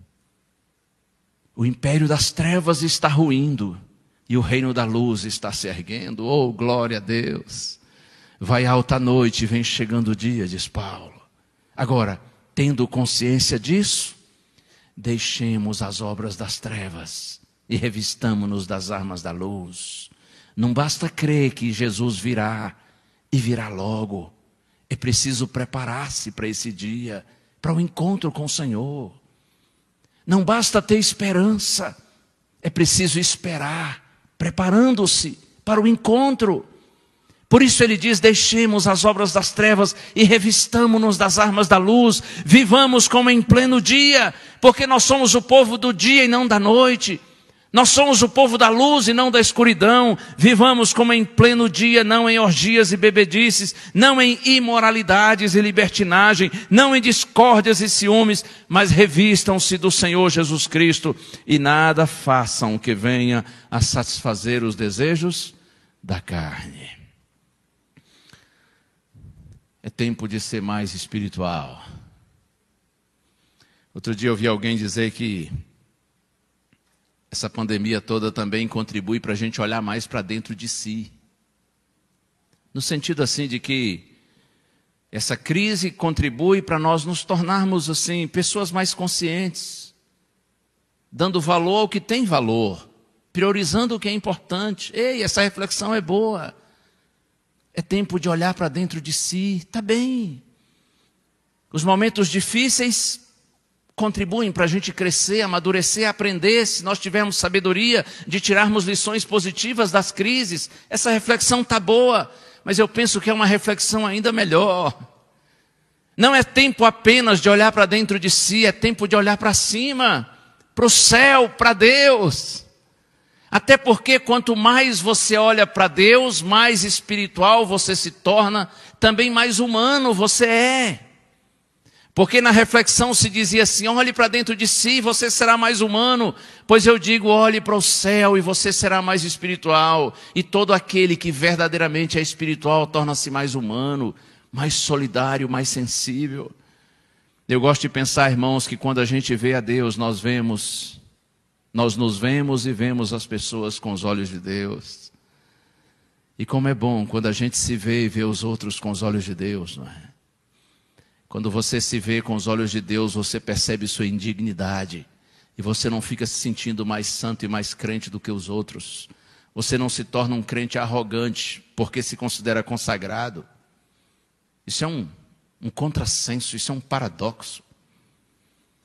O império das trevas está ruindo e o reino da luz está se erguendo. Oh, glória a Deus! Vai alta a noite e vem chegando o dia, diz Paulo. Agora, tendo consciência disso, deixemos as obras das trevas e revistamo-nos das armas da luz. Não basta crer que Jesus virá, e virá logo. É preciso preparar-se para esse dia, para o encontro com o Senhor. Não basta ter esperança, é preciso esperar, preparando-se para o encontro. Por isso ele diz: deixemos as obras das trevas e revistamo-nos das armas da luz. Vivamos como em pleno dia, porque nós somos o povo do dia e não da noite. Nós somos o povo da luz e não da escuridão. Vivamos como em pleno dia, não em orgias e bebedices, não em imoralidades e libertinagem, não em discórdias e ciúmes, mas revistam-se do Senhor Jesus Cristo e nada façam que venha a satisfazer os desejos da carne. É tempo de ser mais espiritual. Outro dia eu ouvi alguém dizer que essa pandemia toda também contribui para a gente olhar mais para dentro de si. No sentido assim de que essa crise contribui para nós nos tornarmos assim pessoas mais conscientes, dando valor ao que tem valor, priorizando o que é importante. Ei, essa reflexão é boa. É tempo de olhar para dentro de si, está bem. Os momentos difíceis contribuem para a gente crescer, amadurecer, aprender. Se nós tivermos sabedoria de tirarmos lições positivas das crises, essa reflexão está boa, mas eu penso que é uma reflexão ainda melhor. Não é tempo apenas de olhar para dentro de si, é tempo de olhar para cima, para o céu, para Deus. Até porque quanto mais você olha para Deus, mais espiritual você se torna, também mais humano você é. Porque na reflexão se dizia assim: olhe para dentro de si e você será mais humano. Pois eu digo, olhe para o céu e você será mais espiritual. E todo aquele que verdadeiramente é espiritual torna-se mais humano, mais solidário, mais sensível. Eu gosto de pensar, irmãos, que quando a gente vê a Deus, nós nos vemos e vemos as pessoas com os olhos de Deus. E como é bom quando a gente se vê e vê os outros com os olhos de Deus, não é? Quando você se vê com os olhos de Deus, você percebe sua indignidade. E você não fica se sentindo mais santo e mais crente do que os outros. Você não se torna um crente arrogante porque se considera consagrado. Isso é um contrassenso, isso é um paradoxo.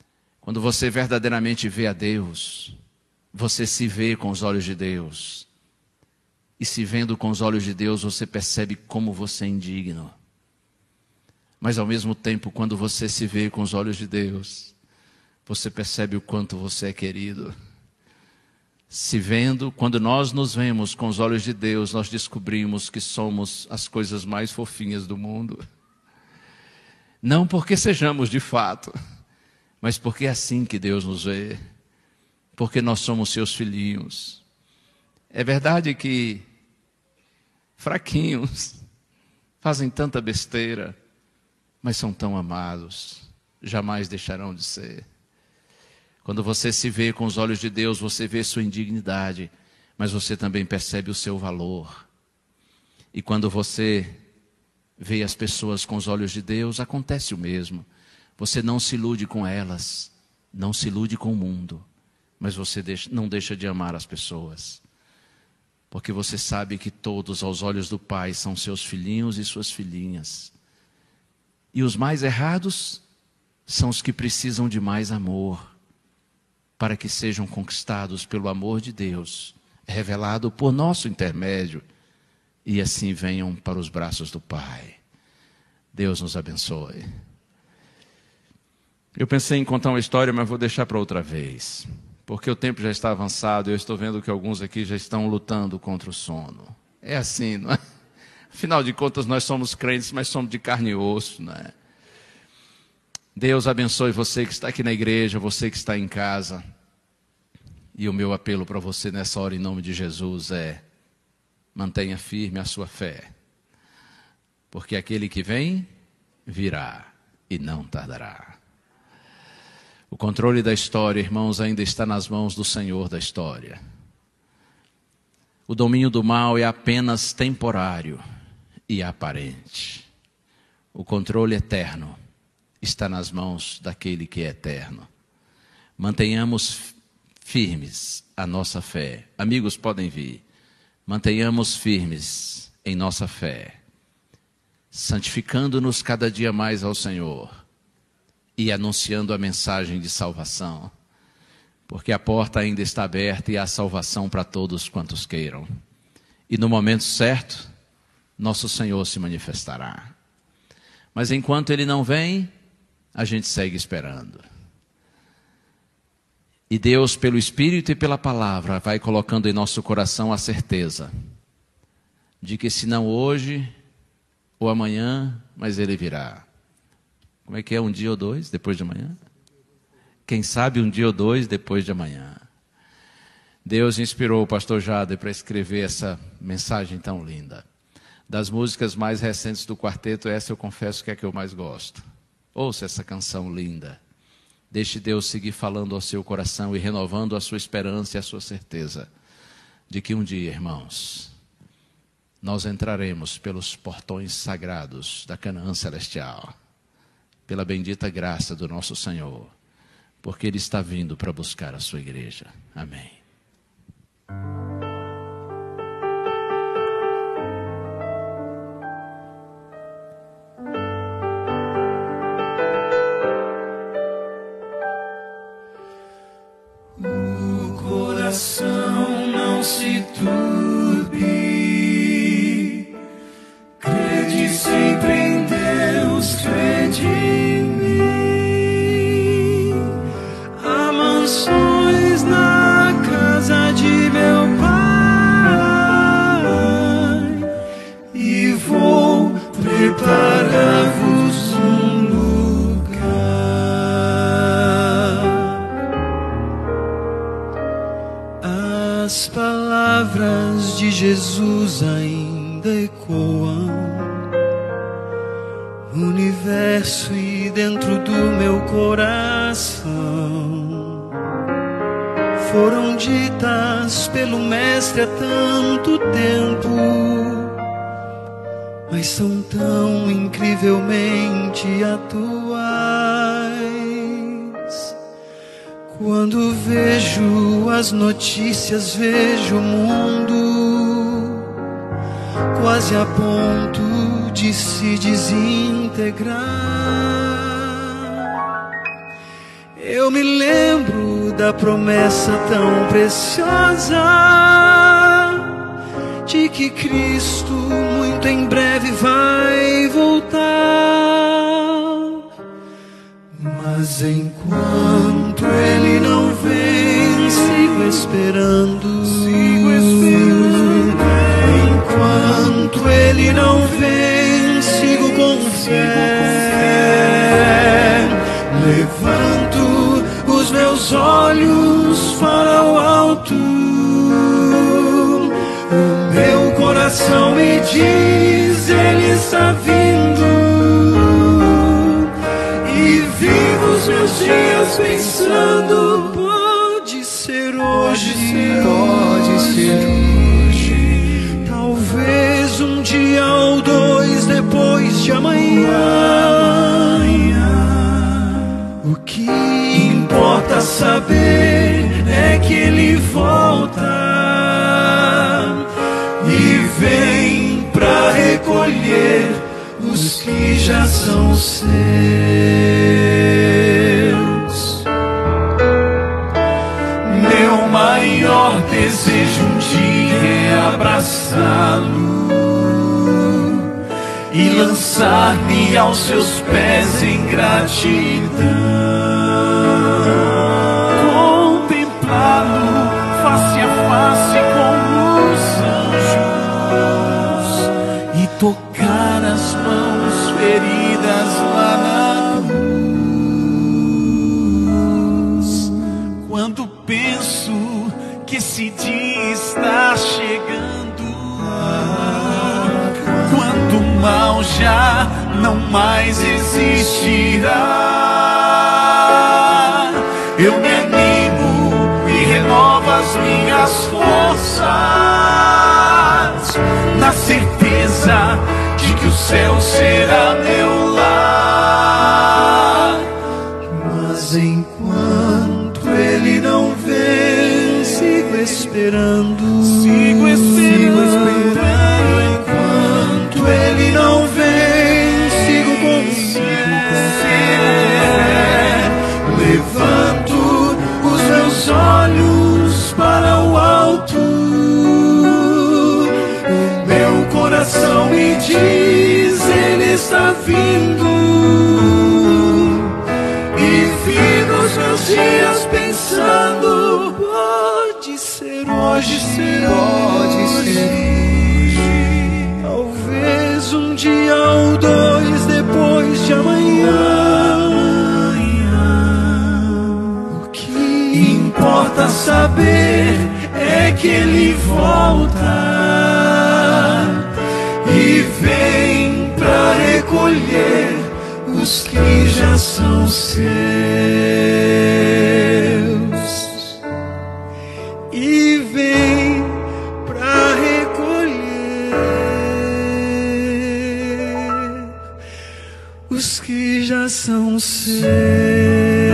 Quando você verdadeiramente vê a Deus, você se vê com os olhos de Deus. E se vendo com os olhos de Deus, você percebe como você é indigno. Mas ao mesmo tempo, quando você se vê com os olhos de Deus, você percebe o quanto você é querido. Se vendo, quando nós nos vemos com os olhos de Deus, nós descobrimos que somos as coisas mais fofinhas do mundo. Não porque sejamos de fato, mas porque é assim que Deus nos vê. Porque nós somos seus filhinhos. É verdade que fraquinhos fazem tanta besteira, mas são tão amados, jamais deixarão de ser. Quando você se vê com os olhos de Deus, você vê sua indignidade, mas você também percebe o seu valor. E quando você vê as pessoas com os olhos de Deus, acontece o mesmo. Você não se ilude com elas, não se ilude com o mundo, mas você não deixa de amar as pessoas. Porque você sabe que todos aos olhos do Pai são seus filhinhos e suas filhinhas. E os mais errados são os que precisam de mais amor, para que sejam conquistados pelo amor de Deus, revelado por nosso intermédio, e assim venham para os braços do Pai. Deus nos abençoe. Eu pensei em contar uma história, mas vou deixar para outra vez, porque o tempo já está avançado e eu estou vendo que alguns aqui já estão lutando contra o sono. É assim, não é? Afinal de contas, nós somos crentes, mas somos de carne e osso, não é? Deus abençoe você que está aqui na igreja, você que está em casa. E o meu apelo para você nessa hora, em nome de Jesus, é: mantenha firme a sua fé. Porque aquele que vem, virá e não tardará. O controle da história, irmãos, ainda está nas mãos do Senhor da história. O domínio do mal é apenas temporário e aparente. O controle eterno está nas mãos daquele que é eterno. Mantenhamos firmes a nossa fé. Amigos, podem vir. Mantenhamos firmes em nossa fé, santificando-nos cada dia mais ao Senhor e anunciando a mensagem de salvação, porque a porta ainda está aberta e há salvação para todos quantos queiram. E no momento certo, nosso Senhor se manifestará. Mas enquanto Ele não vem, a gente segue esperando. E Deus, pelo Espírito e pela palavra, vai colocando em nosso coração a certeza de que se não hoje ou amanhã, mas Ele virá. Como é que é? Um dia ou dois depois de amanhã? Quem sabe um dia ou dois depois de amanhã. Deus inspirou o pastor Jader para escrever essa mensagem tão linda. Das músicas mais recentes do quarteto, essa eu confesso que é a que eu mais gosto. Ouça essa canção linda. Deixe Deus seguir falando ao seu coração e renovando a sua esperança e a sua certeza de que um dia, irmãos, nós entraremos pelos portões sagrados da Canaã celestial, pela bendita graça do nosso Senhor, porque Ele está vindo para buscar a sua igreja. Amém. O coração não se turbe, crede sempre em Deus, crede em mim. Há mansões na casa de meu Pai, e vou preparar-vos um lugar. As palavras de Jesus ainda ecoam no universo e dentro do meu coração. Foram ditas pelo Mestre há tanto tempo, mas são tão incrivelmente atuais. Quando vejo as notícias, vejo o mundo quase a ponto de se desintegrar. eu me lembro da promessa tão preciosa de que Cristo muito em breve vai voltar. Mas enquanto Ele não vem, sigo esperando. Enquanto Ele não vem, sigo com fé. Levanto os meus olhos para o alto. O meu coração me diz, Ele está vindo. E vivo os meus dias pensando, pode ser hoje, pode ser hoje. Talvez um dia ou dois depois de amanhã. O que importa saber é que Ele volta e vem pra recolher os que já são seus. Meu maior desejo um dia é abraçá-lo e lançar-me aos seus pés em gratidão. Contemplá-lo face a face com os anjos e tocar as mãos feridas lá na cruz. Quando penso que esse dia está chegando, quando o mal já não mais existirá, eu me animo e renovo as minhas forças, na certeza de que o céu será meu lar. Mas enquanto Ele não vem, sigo esperando. Sigo esperando. Enquanto Ele não vem, sigo com fé. Levanto os meus olhos para o alto. O meu coração me diz, Ele está vindo. E vivo os meus dias pensando, pode ser hoje, pode ser hoje. Talvez um dia ou dois depois de amanhã. O que importa saber é que Ele volta e vem pra recolher os que já são seus. E vem pra recolher os que já são seus.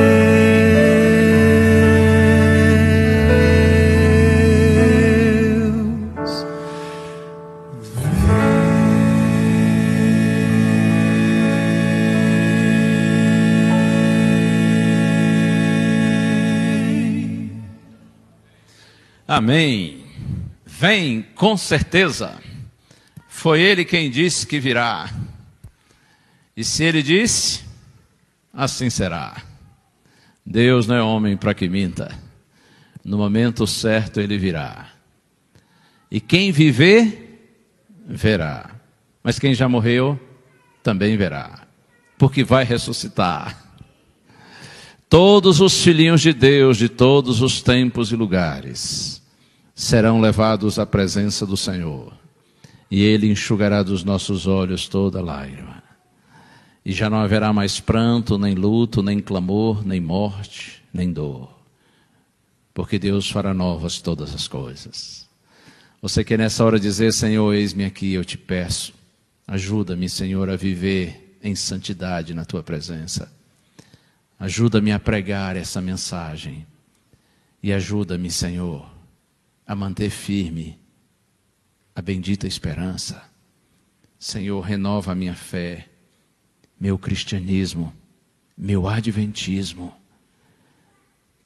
Amém. Vem com certeza. Foi Ele quem disse que virá. E se Ele disse, assim será. Deus não é homem para que minta. No momento certo Ele virá. E quem viver, verá. Mas quem já morreu, também verá. Porque vai ressuscitar. Todos os filhinhos de Deus, de todos os tempos e lugares, serão levados à presença do Senhor, e Ele enxugará dos nossos olhos toda lágrima, e já não haverá mais pranto, nem luto, nem clamor, nem morte, nem dor, porque Deus fará novas todas as coisas. Você quer nessa hora dizer, Senhor, eis-me aqui, eu te peço, ajuda-me, Senhor, a viver em santidade na Tua presença, ajuda-me a pregar essa mensagem, e ajuda-me, Senhor, a manter firme a bendita esperança. Senhor, renova a minha fé, meu cristianismo, meu adventismo,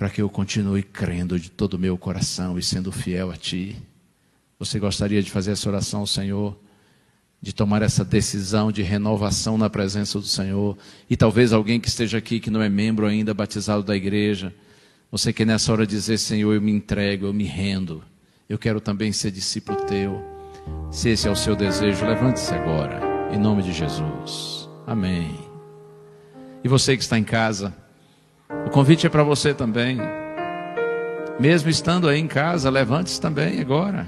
para que eu continue crendo de todo o meu coração e sendo fiel a Ti. Você gostaria de fazer essa oração ao Senhor? De tomar essa decisão de renovação na presença do Senhor? E talvez alguém que esteja aqui, que não é membro ainda, batizado da igreja, você quer nessa hora dizer: Senhor, eu me entrego, eu me rendo, eu quero também ser discípulo Teu. Se esse é o seu desejo, levante-se agora, em nome de Jesus. Amém. E você que está em casa, o convite é para você também. Mesmo estando aí em casa, levante-se também agora.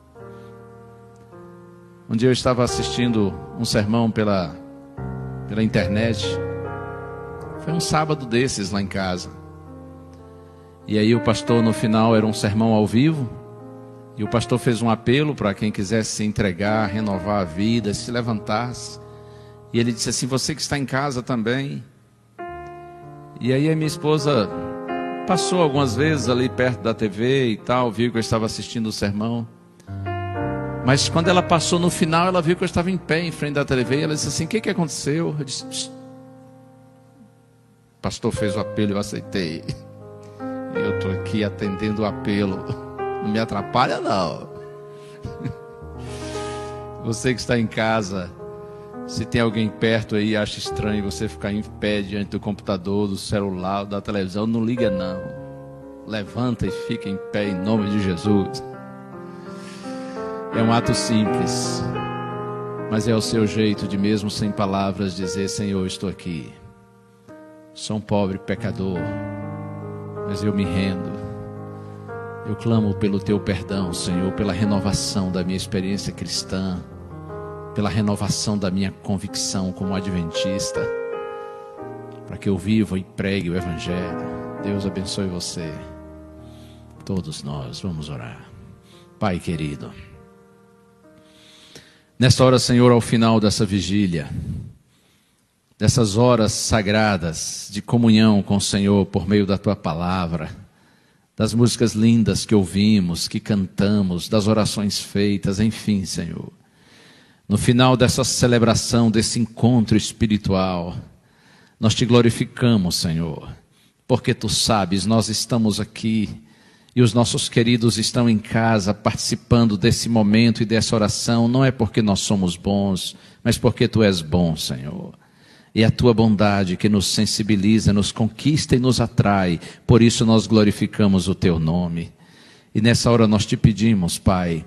Um dia eu estava assistindo um sermão pela internet. Foi um sábado desses lá em casa. E aí o pastor, no final, era um sermão ao vivo. E o pastor fez um apelo para quem quisesse se entregar, renovar a vida, se levantasse. E ele disse assim: você que está em casa também. E aí a minha esposa passou algumas vezes ali perto da TV e tal, viu que eu estava assistindo o sermão. Mas quando ela passou no final, ela viu que eu estava em pé em frente da TV. E ela disse assim: o que aconteceu? Eu disse: psst. O pastor fez o apelo e eu aceitei. E eu estou aqui atendendo o apelo. Não me atrapalha não. Você que está em casa, se tem alguém perto aí e acha estranho você ficar em pé diante do computador, do celular, da televisão, não liga não. Levanta e fica em pé em nome de Jesus. É um ato simples, mas é o seu jeito de, mesmo sem palavras, dizer: Senhor, estou aqui. Sou um pobre pecador, mas eu me rendo. Eu clamo pelo Teu perdão, Senhor, pela renovação da minha experiência cristã, pela renovação da minha convicção como adventista, para que eu viva e pregue o Evangelho. Deus abençoe você. Todos nós vamos orar. Pai querido, nesta hora, Senhor, ao final dessa vigília, dessas horas sagradas de comunhão com o Senhor por meio da Tua palavra, das músicas lindas que ouvimos, que cantamos, das orações feitas, enfim, Senhor, no final dessa celebração, desse encontro espiritual, nós Te glorificamos, Senhor, porque Tu sabes, nós estamos aqui e os nossos queridos estão em casa participando desse momento e dessa oração, não é porque nós somos bons, mas porque Tu és bom, Senhor. É a Tua bondade que nos sensibiliza, nos conquista e nos atrai, por isso nós glorificamos o Teu nome. E nessa hora nós Te pedimos, Pai,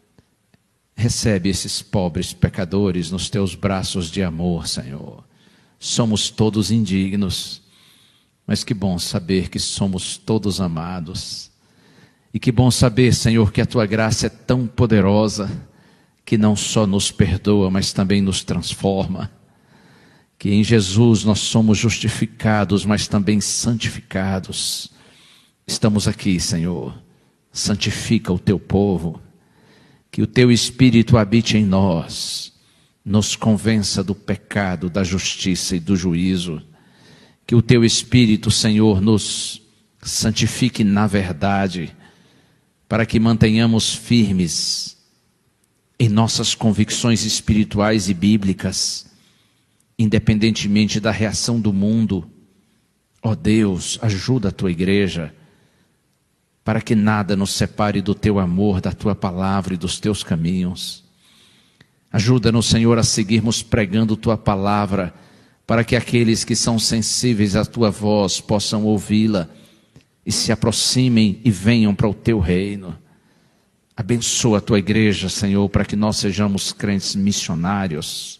recebe esses pobres pecadores nos Teus braços de amor, Senhor. Somos todos indignos, mas que bom saber que somos todos amados. E que bom saber, Senhor, que a Tua graça é tão poderosa, que não só nos perdoa, mas também nos transforma. Que em Jesus nós somos justificados, mas também santificados. Estamos aqui, Senhor. Santifica o Teu povo. Que o Teu Espírito habite em nós. Nos convença do pecado, da justiça e do juízo. Que o Teu Espírito, Senhor, nos santifique na verdade, para que mantenhamos firmes em nossas convicções espirituais e bíblicas, independentemente da reação do mundo. Ó Deus, ajuda a Tua igreja, para que nada nos separe do Teu amor, da Tua palavra e dos Teus caminhos. Ajuda-nos, Senhor, a seguirmos pregando Tua palavra, para que aqueles que são sensíveis à Tua voz possam ouvi-la e se aproximem e venham para o Teu reino. Abençoa a Tua igreja, Senhor, para que nós sejamos crentes missionários.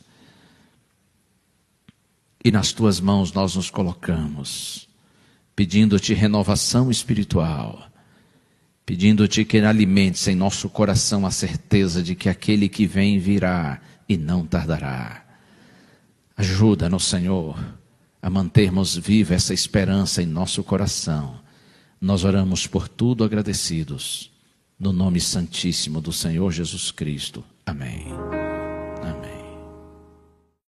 E nas Tuas mãos nós nos colocamos, pedindo-Te renovação espiritual, pedindo-Te que alimentes em nosso coração a certeza de que aquele que vem virá e não tardará. Ajuda-nos, Senhor, a mantermos viva essa esperança em nosso coração. Nós oramos por tudo agradecidos, no nome santíssimo do Senhor Jesus Cristo. Amém. Amém.